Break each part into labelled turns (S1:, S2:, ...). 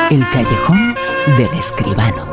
S1: El callejón del escribano.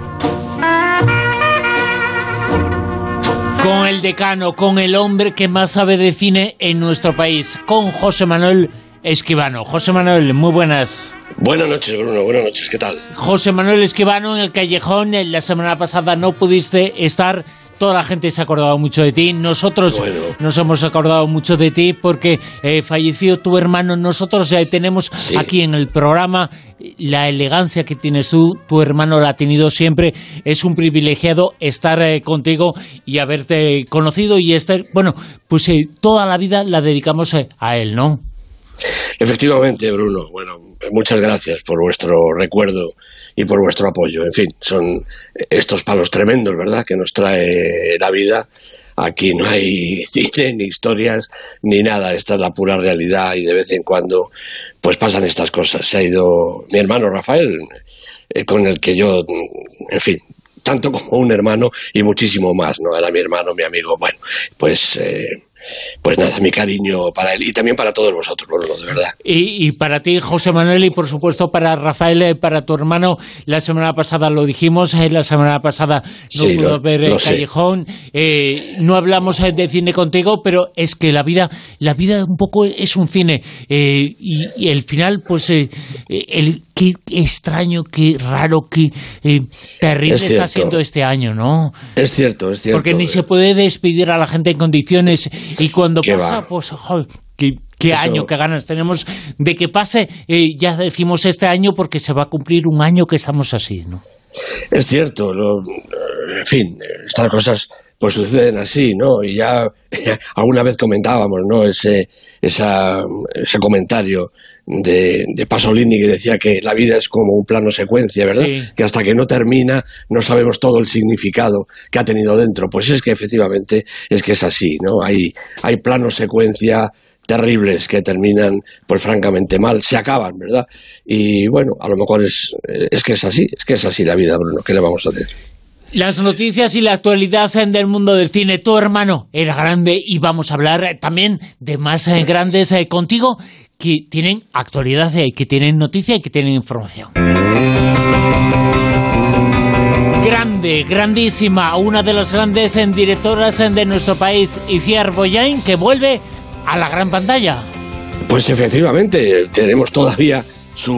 S2: Con el decano, con el hombre que más sabe de cine en nuestro país, con José Manuel Escribano. José Manuel, muy buenas.
S3: Buenas noches, Bruno, buenas noches, ¿qué tal?
S2: José Manuel Escribano, en el callejón, la semana pasada no pudiste estar, toda la gente se ha acordado mucho de ti, nosotros nos hemos acordado mucho de ti porque falleció tu hermano, nosotros tenemos aquí en el programa la elegancia que tienes tú, tu hermano la ha tenido siempre, es un privilegiado estar contigo y haberte conocido y estar, bueno, pues toda la vida la dedicamos a él, ¿no?
S3: Efectivamente, Bruno. Bueno, muchas gracias por vuestro recuerdo y por vuestro apoyo. En fin, son estos palos tremendos, ¿verdad?, que nos trae la vida. Aquí no hay cine, ni historias, ni nada. Esta es la pura realidad y de vez en cuando pues pasan estas cosas. Se ha ido mi hermano Rafael, con el que yo, en fin, tanto como un hermano y muchísimo más, ¿no? Era mi hermano, mi amigo. Bueno, pues nada, mi cariño para él y también para todos vosotros, Bruno, de verdad.
S2: Y para ti, José Manuel, y por supuesto para Rafael, para tu hermano, la semana pasada lo dijimos, la semana pasada no pudo ver el callejón, no hablamos de cine contigo, pero es que la vida un poco es un cine, y el final, pues, qué extraño, qué raro, qué terrible está siendo este año, ¿no?
S3: Es cierto.
S2: Porque ni se puede despedir a la gente en condiciones. Y cuando pasa, pues, qué año, qué ganas tenemos de que pase. Ya decimos este año porque se va a cumplir un año que estamos así, ¿no?
S3: Es cierto, en fin, estas cosas pues suceden así, ¿no? Y ya alguna vez comentábamos, ¿no?, ese comentario de Pasolini que decía que la vida es como un plano secuencia, ¿verdad? Sí. Que hasta que no termina no sabemos todo el significado que ha tenido dentro. Pues es que efectivamente es que es así, ¿no? Hay planos secuencia terribles que terminan pues francamente mal, se acaban, ¿verdad? Y bueno, a lo mejor es que es así la vida, Bruno, ¿qué le vamos a hacer?
S2: Las noticias y la actualidad del mundo del cine. Tu hermano era grande y vamos a hablar también de más grandes contigo que tienen actualidad, que tienen noticia y que tienen información. Grande, grandísima, una de las grandes directoras de nuestro país, Itziar Bollain, que vuelve a la gran pantalla.
S3: Pues efectivamente, tenemos todavía su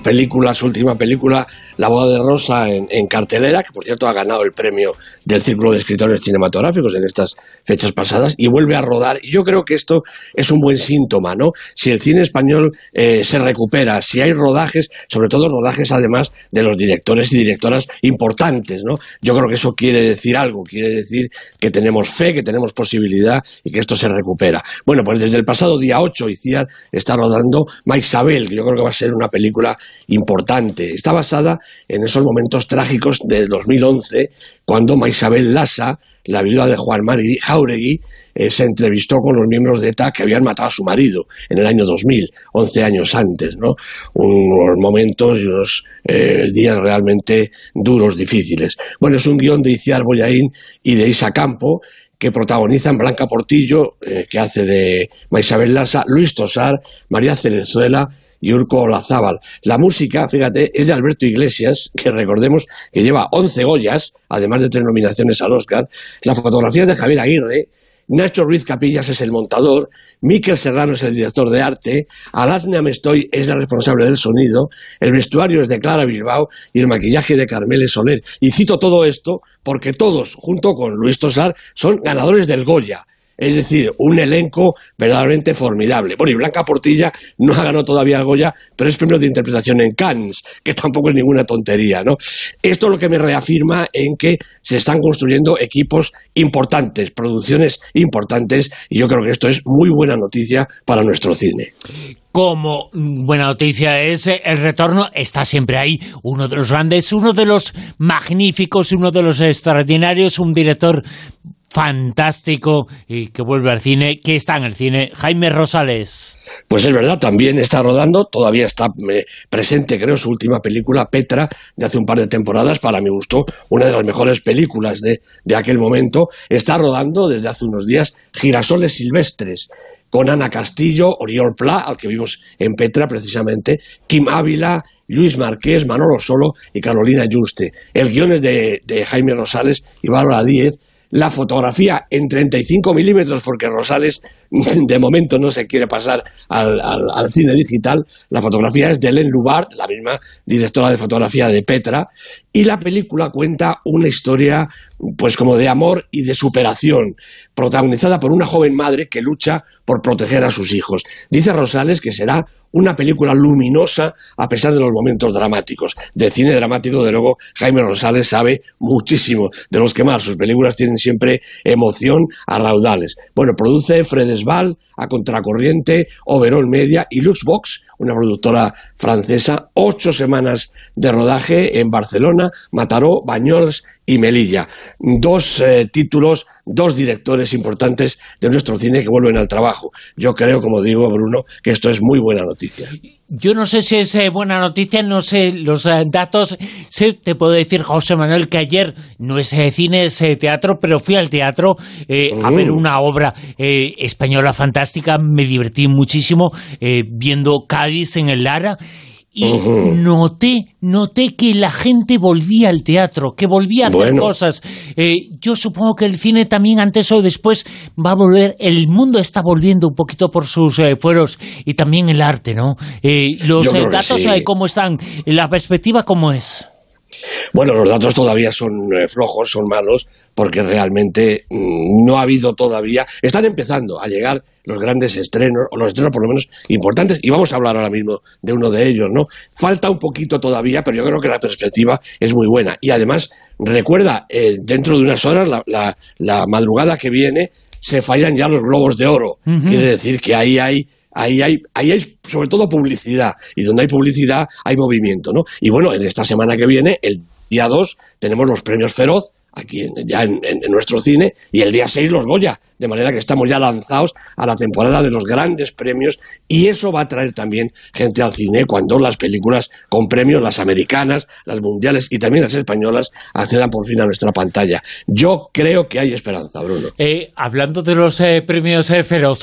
S3: última película, La boda de Rosa, en cartelera, que por cierto ha ganado el premio del Círculo de Escritores Cinematográficos en estas fechas pasadas, y vuelve a rodar. Y yo creo que esto es un buen síntoma, ¿no? Si el cine español se recupera, si hay rodajes, sobre todo rodajes además de los directores y directoras importantes, ¿no? Yo creo que eso quiere decir algo, quiere decir que tenemos fe, que tenemos posibilidad y que esto se recupera. Bueno, pues desde el pasado día 8 Itziar está rodando Maisabel, que yo creo que va a ser una película importante. Está basada en esos momentos trágicos de 2011, cuando Maisabel Lasa, la viuda de Juan Mari Jáuregui, se entrevistó con los miembros de ETA que habían matado a su marido en el año 2000, 11 años antes, ¿no? Unos momentos y unos días realmente duros, difíciles. Bueno, es un guión de Itziar Bollain y de Isa Campo, que protagonizan Blanca Portillo, que hace de Maisabel Lasa, Luis Tosar, María Cerezuela y Urco Olazábal. La música, fíjate, es de Alberto Iglesias, que recordemos que lleva 11 Goyas, además de 3 nominaciones al Oscar. La fotografía es de Javier Aguirre. Nacho Ruiz Capillas es el montador, Miquel Serrano es el director de arte, Alasne Amestoy es la responsable del sonido, el vestuario es de Clara Bilbao y el maquillaje de Carmele Soler. Y cito todo esto porque todos, junto con Luis Tosar, son ganadores del Goya. Es decir, un elenco verdaderamente formidable. Bueno, y Blanca Portilla no ha ganado todavía el Goya, pero es premio de interpretación en Cannes, que tampoco es ninguna tontería, ¿no? Esto es lo que me reafirma en que se están construyendo equipos importantes, producciones importantes, y yo creo que esto es muy buena noticia para nuestro cine.
S2: Como buena noticia es el retorno, está siempre ahí, uno de los grandes, uno de los magníficos, uno de los extraordinarios, un director fantástico y que vuelve al cine, que está en el cine, Jaime Rosales.
S3: Pues es verdad, también está rodando, todavía está presente, creo, su última película, Petra, de hace un par de temporadas, para mi gusto, una de las mejores películas de aquel momento. Está rodando desde hace unos días Girasoles Silvestres, con Ana Castillo, Oriol Pla, al que vimos en Petra precisamente, Kim Ávila, Lluís Marqués, Manolo Solo y Carolina Juste. El guion es de Jaime Rosales y Bárbara Díez. La fotografía en 35 milímetros, porque Rosales de momento no se quiere pasar al cine digital. La fotografía es de Hélène Loubart, la misma directora de fotografía de Petra, y la película cuenta una historia pues como de amor y de superación, protagonizada por una joven madre que lucha por proteger a sus hijos. Dice Rosales que será una película luminosa a pesar de los momentos dramáticos. De cine dramático, de luego, Jaime Rosales sabe muchísimo, de los que más. Sus películas tienen siempre emoción a raudales. Bueno, produce Fredesval, A Contracorriente, Overall Media y Luxbox, una productora francesa. 8 semanas de rodaje en Barcelona, Mataró, Banyoles y Melilla. 2 títulos, 2 directores importantes de nuestro cine que vuelven al trabajo. Yo creo, como digo, Bruno, que esto es muy buena noticia.
S2: Yo no sé si es buena noticia, no sé los datos. Sí, te puedo decir, José Manuel, que ayer no es cine, es teatro, pero fui al teatro a ver una obra española fantástica. Me divertí muchísimo viendo Cádiz en el Lara. Y noté que la gente volvía al teatro, que volvía a hacer cosas. Yo supongo que el cine también antes o después va a volver. El mundo está volviendo un poquito por sus fueros, y también el arte, ¿no? Los datos, sí. ¿Cómo están? ¿La perspectiva cómo es?
S3: Bueno, los datos todavía son flojos, son malos, porque realmente no ha habido todavía... Están empezando a llegar los grandes estrenos, o los estrenos por lo menos importantes, y vamos a hablar ahora mismo de uno de ellos, ¿no? Falta un poquito todavía, pero yo creo que la perspectiva es muy buena. Y además, recuerda, dentro de unas horas, la madrugada que viene, se fallan ya los Globos de Oro. Quiere decir que ahí hay sobre todo publicidad, y donde hay publicidad hay movimiento, ¿no? Y bueno, en esta semana que viene, el día 2, tenemos los premios Feroz, aquí en nuestro cine, y el día 6 los Goya, de manera que estamos ya lanzados a la temporada de los grandes premios, y eso va a traer también gente al cine cuando las películas con premios, las americanas, las mundiales y también las españolas, accedan por fin a nuestra pantalla. Yo creo que hay esperanza, Bruno.
S2: Hablando de los premios Feroz,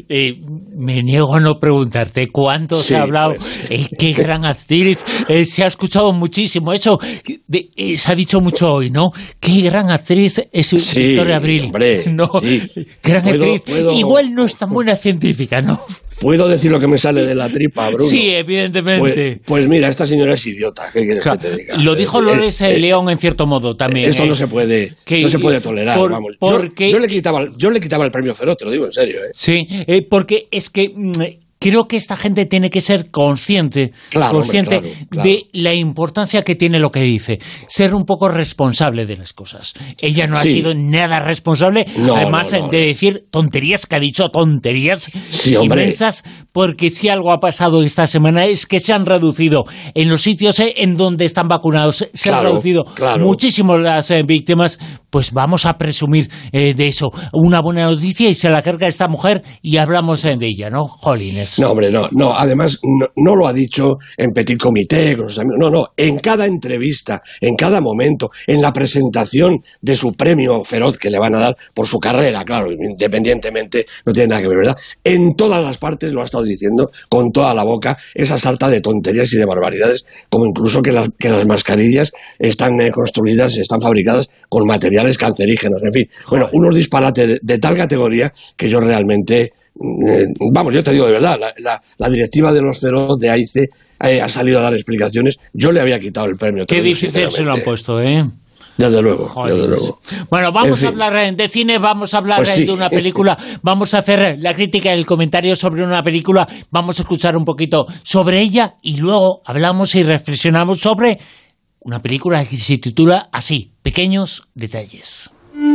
S2: me niego a no preguntarte cuánto se ha hablado, pues. Qué gran actriz, se ha escuchado muchísimo, eso se ha dicho mucho hoy, ¿no? Qué gran actriz es Victoria Abril.
S3: Hombre,
S2: no,
S3: sí.
S2: Gran actriz. Igual no es tan buena científica, ¿no?
S3: ¿Puedo decir lo que me sale de la tripa, Bruno?
S2: Sí, evidentemente.
S3: Pues mira, esta señora es idiota. ¿Qué quieres que te diga?
S2: Lo dijo Loles León en cierto modo también.
S3: Esto no se puede tolerar, vamos. Yo le quitaba el premio Feroz, te lo digo en serio.
S2: Sí, porque es que... Creo que esta gente tiene que ser consciente
S3: claro.
S2: de la importancia que tiene lo que dice. Ser un poco responsable de las cosas. Ella no ha sido nada responsable, además de decir tonterías, que ha dicho tonterías inmensas, porque si algo ha pasado esta semana es que se han reducido en los sitios en donde están vacunados, se han reducido muchísimo las víctimas. Pues vamos a presumir de eso. Una buena noticia, y se la carga esta mujer y hablamos de ella, ¿no? Jolines.
S3: No, hombre, no. Además, no lo ha dicho en petit comité con sus amigos. No. En cada entrevista, en cada momento, en la presentación de su premio Feroz que le van a dar por su carrera, claro, independientemente, no tiene nada que ver, ¿verdad? En todas las partes lo ha estado diciendo con toda la boca, esa sarta de tonterías y de barbaridades, como incluso que las mascarillas están construidas, están fabricadas con materiales cancerígenos, en fin. Bueno, unos disparates de tal categoría que yo realmente... vamos, yo te digo de verdad, la directiva de los Feroz de AICE ha salido a dar explicaciones. Yo le había quitado el premio.
S2: Qué difícil se lo han puesto, ¿eh?
S3: Desde luego.
S2: Bueno, vamos a hablar de cine, vamos a hablar de una película, vamos a hacer la crítica y el comentario sobre una película, vamos a escuchar un poquito sobre ella y luego hablamos y reflexionamos sobre una película que se titula así, Pequeños Detalles.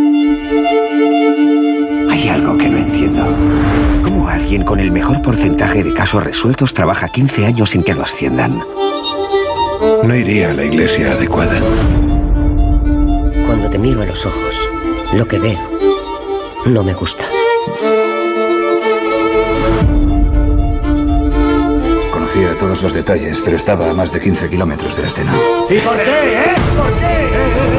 S1: Hay algo que no entiendo. ¿Cómo alguien con el mejor porcentaje de casos resueltos trabaja 15 años sin que lo asciendan?
S4: No iría a la iglesia adecuada.
S5: Cuando te miro a los ojos, lo que veo no me gusta.
S4: Conocía todos los detalles, pero estaba a más de 15 kilómetros de la escena.
S1: ¿Y por qué, ¿Por qué?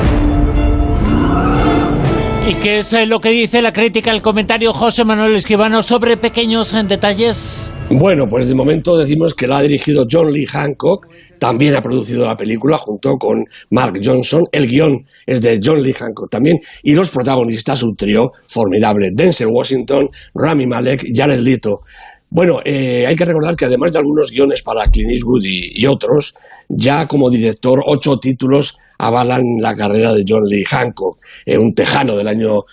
S2: ¿Y qué es lo que dice la crítica, el comentario, José Manuel Escribano, sobre Pequeños Detalles?
S3: Bueno, pues de momento decimos que la ha dirigido John Lee Hancock, también ha producido la película junto con Mark Johnson, el guión es de John Lee Hancock también, y los protagonistas un trío formidable, Denzel Washington, Rami Malek, Jared Leto. Bueno, hay que recordar que además de algunos guiones para Clint Eastwood y otros, ya como director 8 títulos avalan la carrera de John Lee Hancock, un tejano del año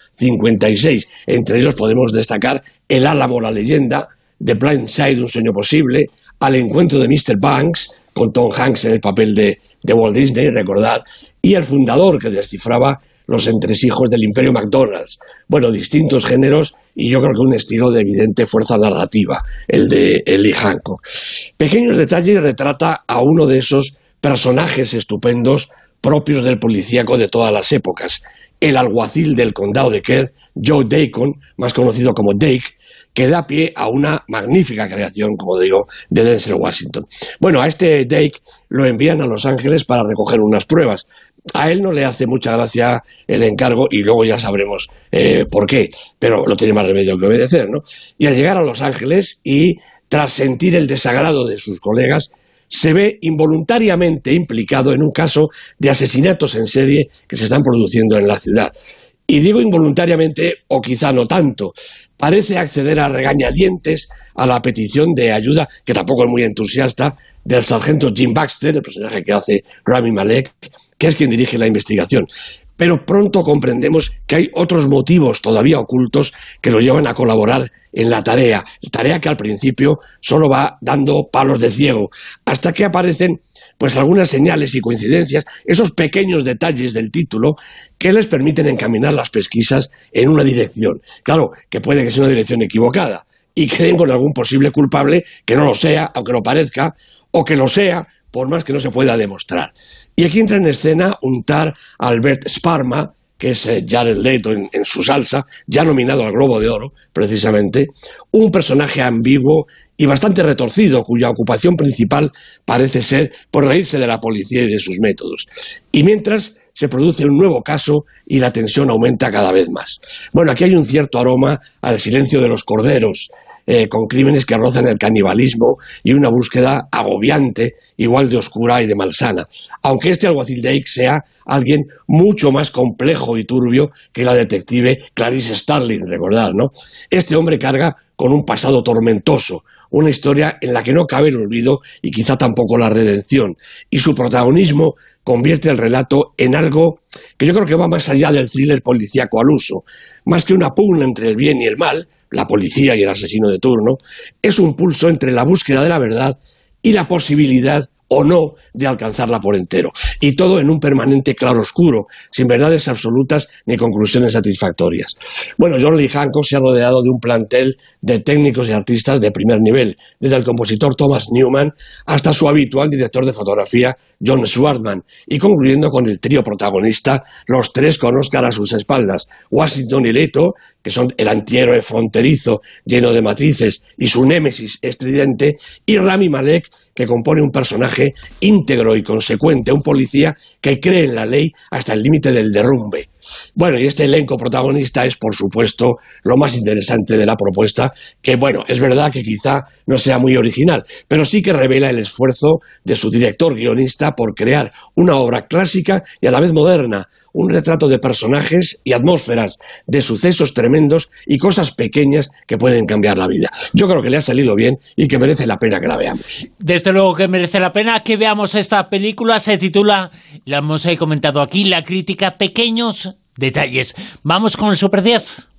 S3: 56. Entre ellos podemos destacar El Álamo, la leyenda, The Blind Side, un sueño posible, Al encuentro de Mr. Banks, con Tom Hanks en el papel de Walt Disney, recordad, y El fundador, que descifraba los entresijos del Imperio McDonald's. Bueno, distintos géneros y yo creo que un estilo de evidente fuerza narrativa, el de Lee Hancock. Pequeños detalles retrata a uno de esos personajes estupendos propios del policíaco de todas las épocas, el alguacil del condado de Kern, Joe Deacon, más conocido como Dake, que da pie a una magnífica creación, como digo, de Denzel Washington. Bueno, a este Dake lo envían a Los Ángeles para recoger unas pruebas. A él no le hace mucha gracia el encargo y luego ya sabremos por qué, pero no tiene más remedio que obedecer, ¿no? Y al llegar a Los Ángeles y tras sentir el desagrado de sus colegas, se ve involuntariamente implicado en un caso de asesinatos en serie que se están produciendo en la ciudad. Y digo involuntariamente, o quizá no tanto, parece acceder a regañadientes a la petición de ayuda, que tampoco es muy entusiasta, del sargento Jim Baxter, el personaje que hace Rami Malek, que es quien dirige la investigación. Pero pronto comprendemos que hay otros motivos todavía ocultos que lo llevan a colaborar en la tarea que al principio solo va dando palos de ciego, hasta que aparecen pues algunas señales y coincidencias, esos pequeños detalles del título que les permiten encaminar las pesquisas en una dirección. Claro, que puede que sea una dirección equivocada, y creen con algún posible culpable que no lo sea, aunque lo parezca, o que lo sea, por más que no se pueda demostrar. Y aquí entra en escena un tal Albert Sparma, que es Jared Leto en su salsa, ya nominado al Globo de Oro, precisamente, un personaje ambiguo y bastante retorcido, cuya ocupación principal parece ser por reírse de la policía y de sus métodos. Y mientras se produce un nuevo caso y la tensión aumenta cada vez más. Bueno, aquí hay un cierto aroma al Silencio de los corderos, con crímenes que rozan el canibalismo y una búsqueda agobiante, igual de oscura y de malsana. Aunque este alguacil Dake sea alguien mucho más complejo y turbio que la detective Clarice Starling, recordad, ¿no? Este hombre carga con un pasado tormentoso, una historia en la que no cabe el olvido y quizá tampoco la redención, y su protagonismo convierte el relato en algo que yo creo que va más allá del thriller policíaco al uso. Más que una pugna entre el bien y el mal, la policía y el asesino de turno, es un pulso entre la búsqueda de la verdad y la posibilidad o no de alcanzarla por entero. Y todo en un permanente claroscuro, sin verdades absolutas ni conclusiones satisfactorias. Bueno, John Lee Hancock se ha rodeado de un plantel de técnicos y artistas de primer nivel, desde el compositor Thomas Newman hasta su habitual director de fotografía, John Swartzman, y concluyendo con el trío protagonista, los tres con Oscar a sus espaldas, Washington y Leto, que son el antihéroe fronterizo lleno de matices y su némesis estridente, y Rami Malek, que compone un personaje íntegro y consecuente, un policía que cree en la ley hasta el límite del derrumbe. Bueno, y este elenco protagonista es, por supuesto, lo más interesante de la propuesta, que, bueno, es verdad que quizá no sea muy original, pero sí que revela el esfuerzo de su director-guionista por crear una obra clásica y a la vez moderna, un retrato de personajes y atmósferas, de sucesos tremendos y cosas pequeñas que pueden cambiar la vida. Yo creo que le ha salido bien y que merece la pena que la veamos.
S2: Desde luego que merece la pena que veamos esta película. Se titula, la hemos comentado aquí, la crítica, Pequeños detalles. Vamos con el Super 10.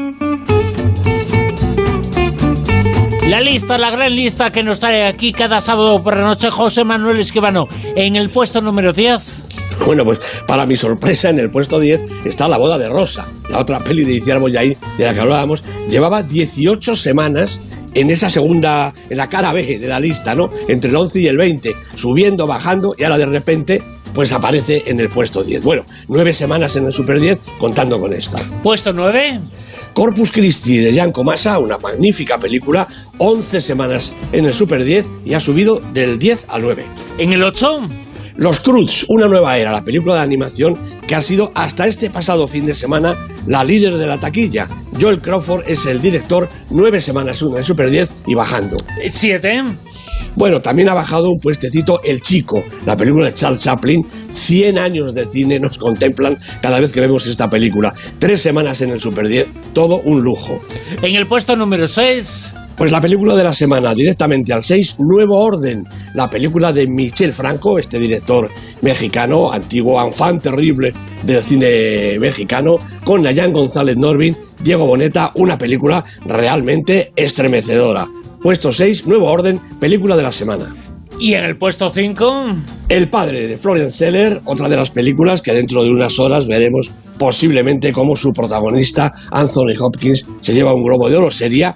S2: La lista, la gran lista que nos trae aquí cada sábado por la noche José Manuel Esquivano. En el puesto número 10...
S3: Bueno, pues para mi sorpresa, en el puesto 10 está La boda de Rosa, la otra peli de Iciar Bollaín de la que hablábamos. Llevaba 18 semanas en esa segunda, en la cara B de la lista, ¿no? Entre el 11 y el 20, subiendo, bajando, y ahora de repente pues aparece en el puesto 10. Bueno, 9 semanas en el Super 10, contando con esta.
S2: ¿Puesto 9?
S3: Corpus Christi de Jan Komasa, una magnífica película, 11 semanas en el Super 10 y ha subido del 10 al 9.
S2: ¿En el 8?
S3: Los Croods, una nueva era, la película de animación que ha sido hasta este pasado fin de semana la líder de la taquilla. Joel Crawford es el director, 9 semanas en Super 10 y bajando.
S2: 7.
S3: Bueno, también ha bajado un puestecito El Chico, la película de Charles Chaplin. 100 años de cine nos contemplan cada vez que vemos esta película. 3 semanas en el Super 10, todo un lujo.
S2: En el puesto número 6...
S3: Pues la película de la semana, directamente al 6, Nuevo Orden, la película de Michel Franco, este director mexicano, antiguo enfant terrible del cine mexicano, con Nayan González Norvin, Diego Boneta, una película realmente estremecedora. Puesto 6, Nuevo Orden, película de la semana.
S2: ¿Y en el puesto 5?
S3: El padre de Florian Zeller, otra de las películas que dentro de unas horas veremos posiblemente como su protagonista, Anthony Hopkins, se lleva un Globo de Oro. Sería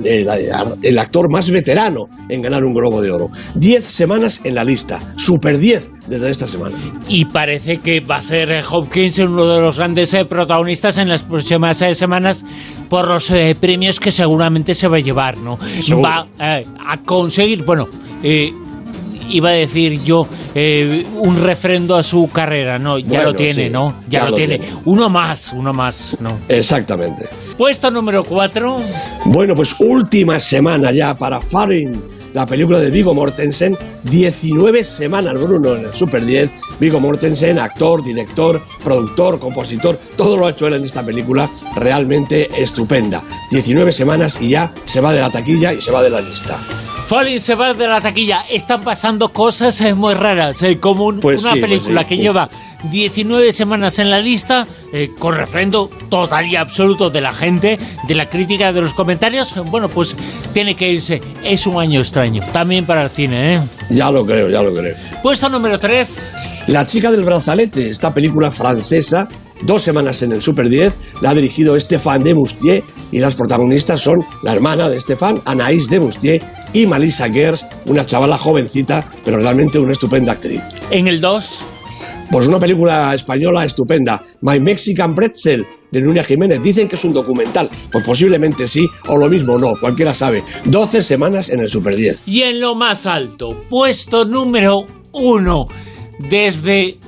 S3: el actor más veterano en ganar un Globo de Oro. 10 semanas en la lista, Super 10 desde esta semana.
S2: Y parece que va a ser Hopkins uno de los grandes protagonistas en las próximas semanas por los premios que seguramente se va a llevar, ¿no?
S3: Seguro.
S2: Va a conseguir, bueno... iba a decir yo un refrendo a su carrera, no, ya
S3: bueno,
S2: lo tiene,
S3: sí,
S2: ¿no? Ya lo tiene. Uno más, ¿no?
S3: Exactamente.
S2: Puesto número 4.
S3: Bueno, pues última semana ya para Farin, la película de Viggo Mortensen. 19 semanas, Bruno, en el Super 10. Viggo Mortensen, actor, director, productor, compositor, todo lo ha hecho él en esta película, realmente estupenda. 19 semanas y ya se va de la taquilla y se va de la lista.
S2: Falling se va de la taquilla. Están pasando cosas muy raras, como una película que lleva 19 semanas en la lista, con refrendo total y absoluto de la gente, de la crítica, de los comentarios. Bueno, pues tiene que irse. Es un año extraño, también para el cine, ¿eh?
S3: Ya lo creo.
S2: Puesto número 3.
S3: La chica del brazalete, esta película francesa, 2 semanas en el Super 10, la ha dirigido Stéphane Demoustier y las protagonistas son la hermana de Stéphane, Anaïs Demoustier, y Melissa Gers, una chavala jovencita, pero realmente una estupenda actriz.
S2: En el 2.
S3: Pues una película española estupenda, My Mexican Pretzel, de Núñez Jiménez. Dicen que es un documental, pues posiblemente sí, o lo mismo no, cualquiera sabe. 12 semanas en el Super 10.
S2: Y en lo más alto, puesto número 1, desde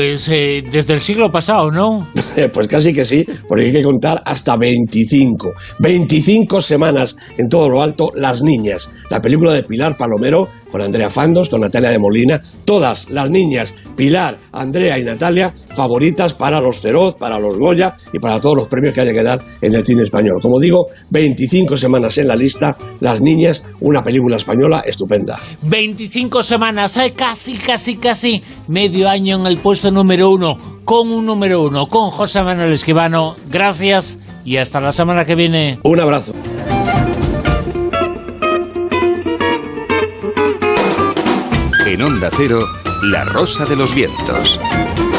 S2: el siglo pasado, ¿no?
S3: Pues casi que sí, porque hay que contar hasta 25. 25 semanas en todo lo alto, Las Niñas. La película de Pilar Palomero, con Andrea Fandos, con Natalia de Molina. Todas las niñas, Pilar, Andrea y Natalia, favoritas para los Feroz, para los Goya y para todos los premios que haya que dar en el cine español. Como digo, 25 semanas en la lista, Las Niñas, una película española estupenda.
S2: 25 semanas, casi medio año en el puesto número 1, con un número 1, con José Manuel Esquivano. Gracias y hasta la semana que viene.
S3: Un abrazo.
S6: En Onda Cero, La Rosa de los Vientos.